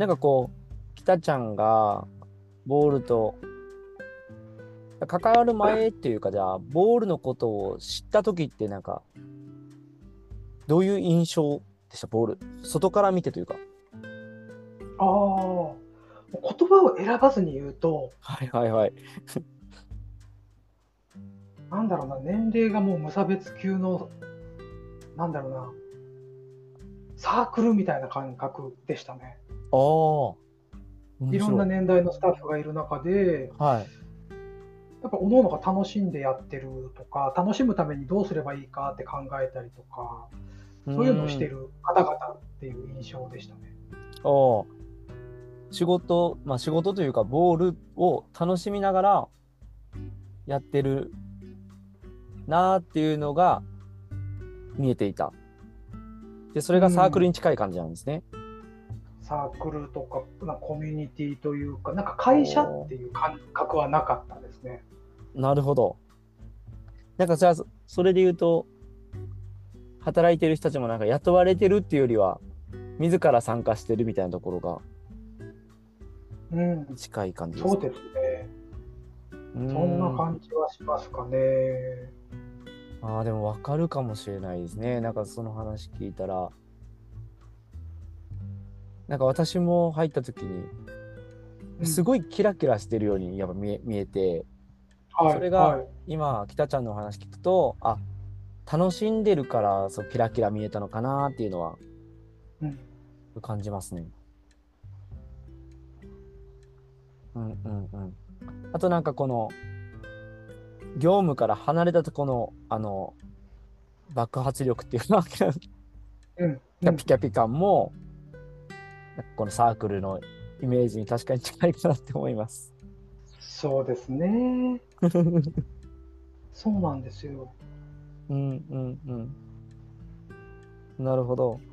なんかこう北ちゃんがボールと関わる前っていうか、じゃあボールのことを知った時ってなんかどういう印象でした？ボール外から見てというか。 ああ、言葉を選ばずに言うと、 はいはいはい。 なんだろうな、年齢がもう無差別級の、なんだろうな、サークルみたいな感覚でしたね。 ああ、 いろんな面白い。 年代のスタッフがいる中で、 はい。 やっぱ各々が楽しんでやってるとか、楽しむためにどうすればいいかって考えたりとか、 うそういうのをしーん。 てる方々っていう印象でしたね。 ああ、仕事というかボールを楽しみながらやってるなーっていうのが見えていた。で、それがサークルうん、 に近い感じなんですね。 サークルとか、コミュニティというか、なんか会社っおー、 ていう感覚はなかったですね。 なるほど。なんかじゃあ、それで言うと、働いてる人たちもなんか雇われてるっていうよりは、自ら参加してるみたいなところがうん、 近い感じですか？ そうですね。 うーそんなん。 感じはしますかね。 ああ、でもわかるかもしれないですね。なんかその話聞いたら、なんか私も入った時に、 うん、 すごいキラキラしてるようにやっぱ見えて、 はい、 それがはい。 今、北ちゃんのお話聞くと、あ、楽しんでるから、そう、キラキラ見えたのかなっていうのはうん、 感じますね。うんうんうん。あとなんかこの、業務から離れたとこの、爆発力っていうのは、キうん、うん。 ャピキャピ感も、なんかこのサークルのイメージに確かに近いかなって思います。 そうですね。そうなんですよ。 うんうんうん。なるほど。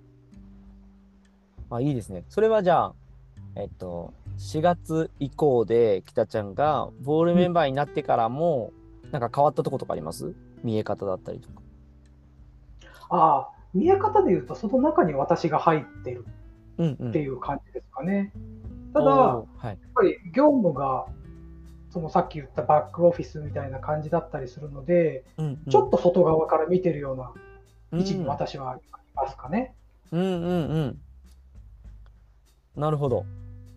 あ、いいですね。それはじゃあ、4月以降で北ちゃんがボールうん。 メンバーになってからも、なんか変わったとことかあります？見え方だったりとか。 ああ、見え方で言うと、その中に私が入ってるってうんうん。 いう感じですかね。ただ、やおー、はい。 っぱり業務が、そのさっき言ったバックオフィスみたいな感じだったりするので、 うんうん。 ちょっと外側から見てるような位置にうん。 私はいますかね。 うんうんうん。なるほど。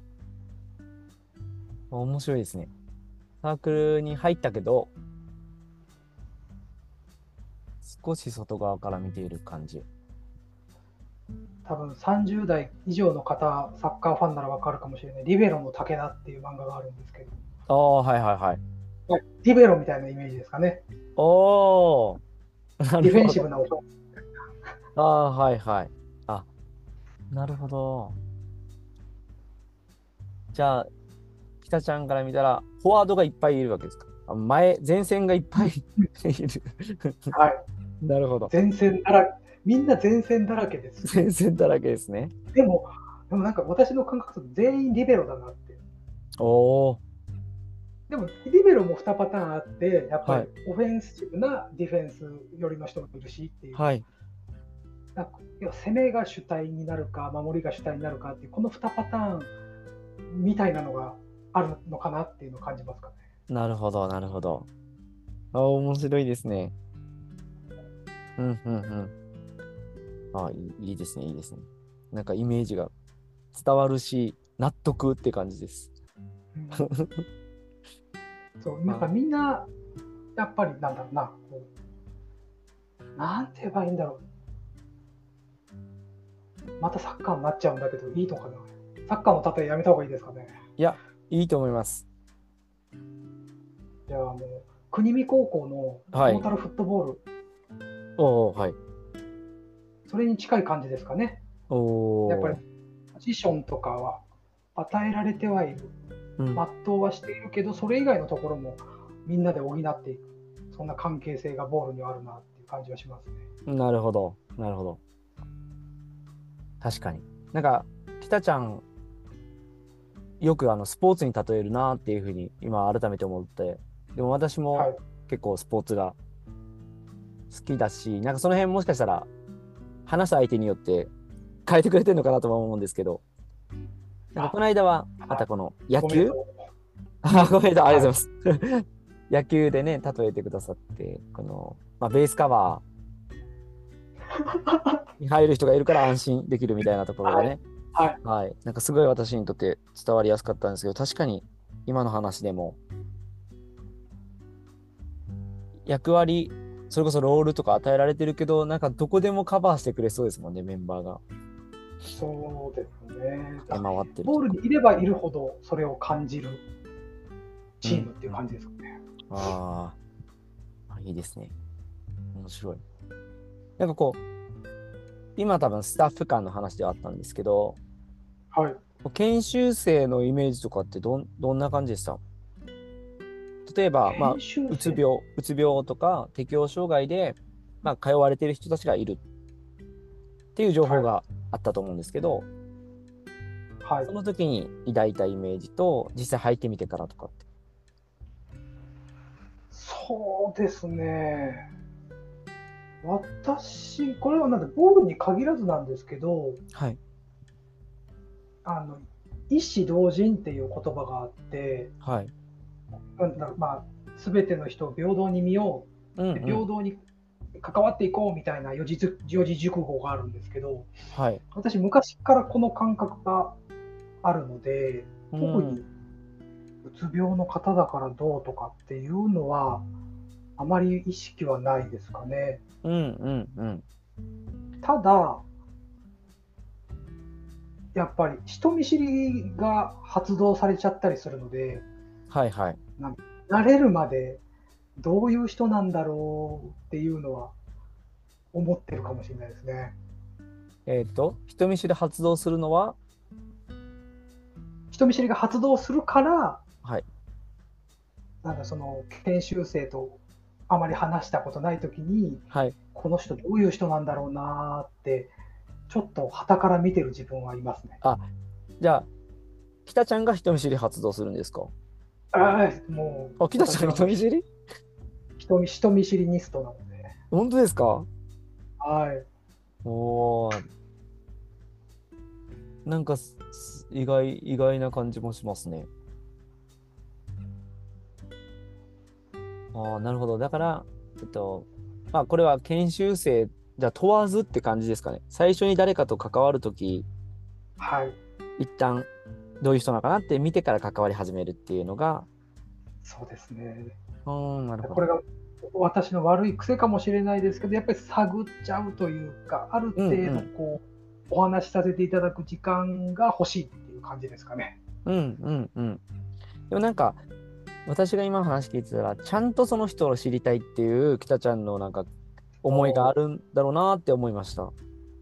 面白いですね。サークルに入ったけど、少し外側から見ている感じ。 多分30代以上の方、サッカーファンならわかるかもしれない、リベロの武田っていう漫画があるんですけど、 ああ、はいはいはい。 はい、リベロみたいなイメージですかね。 おー、なるディフェンほど。 シブなオフェンああ、はいはい。あ、なるほど。じゃあ、北ちゃんから見たら、フォワードがいっぱいいるわけですか？前線がいっぱいス。 いる。 はい。 なるほど。 前線だらみんな前線だらけです。 前線だらけですね。 でも、でもなんか私の感覚だと全員リベロだなって。 おー、 でも、リベロも2パターンあって、やっぱりはい、 オフェンシブなディフェンス寄りの人もいるしっていう、 はい。 なんか要は攻めが主体になるか、守りが主体になるかっていう、この2パターンみたいなのがあるのかなっていうのを感じますかね。 なるほど、なるほど。あ、面白いですね。うん、うん、うん。あ、いいですね、いいですね。なんかイメージが伝わるし、納得って感じです。 うん、そう、なんかあ、 みんな、やっぱりなんだろうな、こうなんて言えばいいんだろう。またサッカーになっちゃうんだけど、いいのかな。サッカーの例えやめた方がいいですかね。 いや、いいと思います。 じゃあ国見高校のはい。 トータルフットボール、 おー、はい。 それに近い感じですかね。やっぱりおー、 ポジションとかは与えられてはいる、 うん。 全うはしているけど、それ以外のところもみんなで補っていく、そんな関係性がボールにはあるなっていう感じはしますね。 なるほど、なるほど。確かに。なんか、北ちゃん、よくスポーツに例えるなっていうふうに今改めて思って、でも私もはい。 結構スポーツが好きだし、なんかその辺もしかしたら話す相手によって変えてくれてるのかなとも思うんですけど、 なんかこの間は、またこの野球ごめんなさい。 ごめんなさい、ありがとうはございます。野球でね、例えてくださって、ベースカバーに入る人がいるから安心できるみたいなところがね、 はい。 はい。なんかすごい私にとって伝わりやすかったんですけど、確かに今の話でも、役割、それこそロールとか与えられてるけど、なんかどこでもカバーしてくれそうですもんね、メンバーが。 そうですね。 駆け回ってるとか。 ボールにいればいるほどそれを感じるうん。 チームっていう感じですかね。 あいいですね。面白い。なんかこう、今多分スタッフ間の話ではあったんですけど、 はい。 研修生のイメージとかってどんな感じでした？例えば、 研修生。 うつ病とか適応障害で、通われてる人たちがいるっていう情報はい。 があったと思うんですけど、 はい。 その時に抱いたイメージと、実際入ってみてからとかって。 そうですね。私、これはなんでボールに限らずなんですけど、 はい。 あの、医師同人っていう言葉があって、 はい。 すべての人を平等に見よう、でうんうん。 平等に関わっていこうみたいな四字熟語があるんですけど、 はい。 私、昔からこの感覚があるので、 うん。 特にうつ病の方だからどうとかっていうのは、あまり意識はないですかね。 うんうんうん。 ただ、やっぱり人見知りが発動されちゃったりするので、 はいはい。 な慣れるまでどういう人なんだろうっていうのは思ってるかもしれないですね。 人見知り発動するのは、 人見知りが発動するから、 はい。 その研修生とあまり話したことないときに、 はい。 この人どういう人なんだろうなって、ちょっと傍から見てる自分はいますね。 あ、じゃあ、北ちゃんが人見知り発動するんですか？ もう北ちゃん私は人見知り？ 人見知りニストなので、 本当ですか？ はい。 おー、なんか意外な感じもしますね。ああ、なるほど。だから、えっと、これは研修生じゃ問わずって感じですかね。最初に誰かと関わるとき、 はい。 一旦どういう人なのかなって見てから関わり始めるっていうのが、 そうですね。 なるほど。 これが私の悪い癖かもしれないですけど、やっぱり探っちゃうというか、ある程度うんうん。 お話しさせていただく時間が欲しいっていう感じですかね。 うんうんうん。でもなんか、私が今話聞いてたら、ちゃんとその人を知りたいっていう北ちゃんのなんか思いがあるんだろうなって思いました。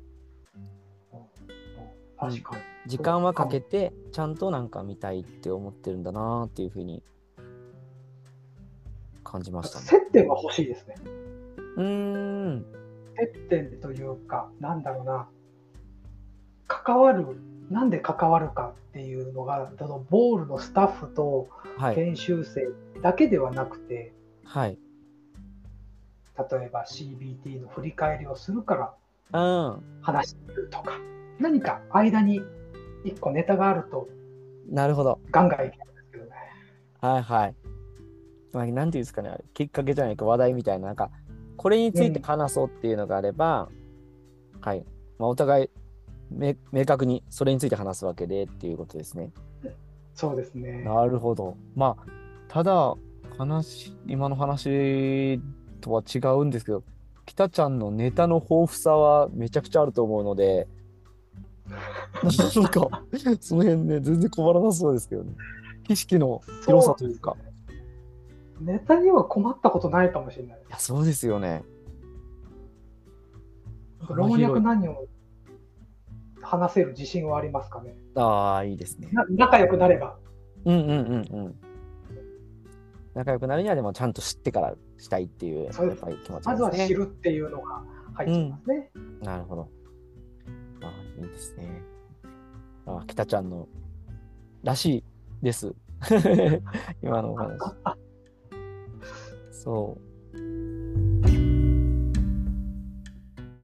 うん。 確かに。 時そう間はかかも。 けて、ちゃんとなんか見たいって思ってるんだなっていうふうに感じましたね。 接点は欲しいですね。 うーん。 接点というか、なんだろうな、関わる、なんで関わるかっていうのが、そのボールのスタッフとはい。 研修生だけではなくて、 はい。 例えば CBT の振り返りをするからうん。 話してるとか、何か間に一個ネタがあるとなるほど。 ガンガンいけるんですけどね。 はいはい。なんていうんですかね、あれ、きっかけじゃないか、話題みたいな、なんか、これについてうん、 話そうっていうのがあれば、はい。お互い明確にそれについて話すわけでっていうことですね。 そうですね。 なるほど。ただ、今の話とは違うんですけど、北ちゃんのネタの豊富さはめちゃくちゃあると思うので、なんか、その辺ね、全然困らなそうですけどね。知識の広さそうですね。 というか。 ネタには困ったことないかもしれないでいや、 す。 そうですよね。幅老若広い。 男女話せる自信はありますかね。 ああ、いいですね。 仲良くなれば。 うんうんうんうん。仲良くなるにはでもちゃんと知ってからしたいっていう、 そうです。 やっぱり気持ちまずは知なんですね。 るっていうのが入っちゃいまうん。 すね。 なるほど。いいですね。北ちゃんのらしいです。今のお話。そう。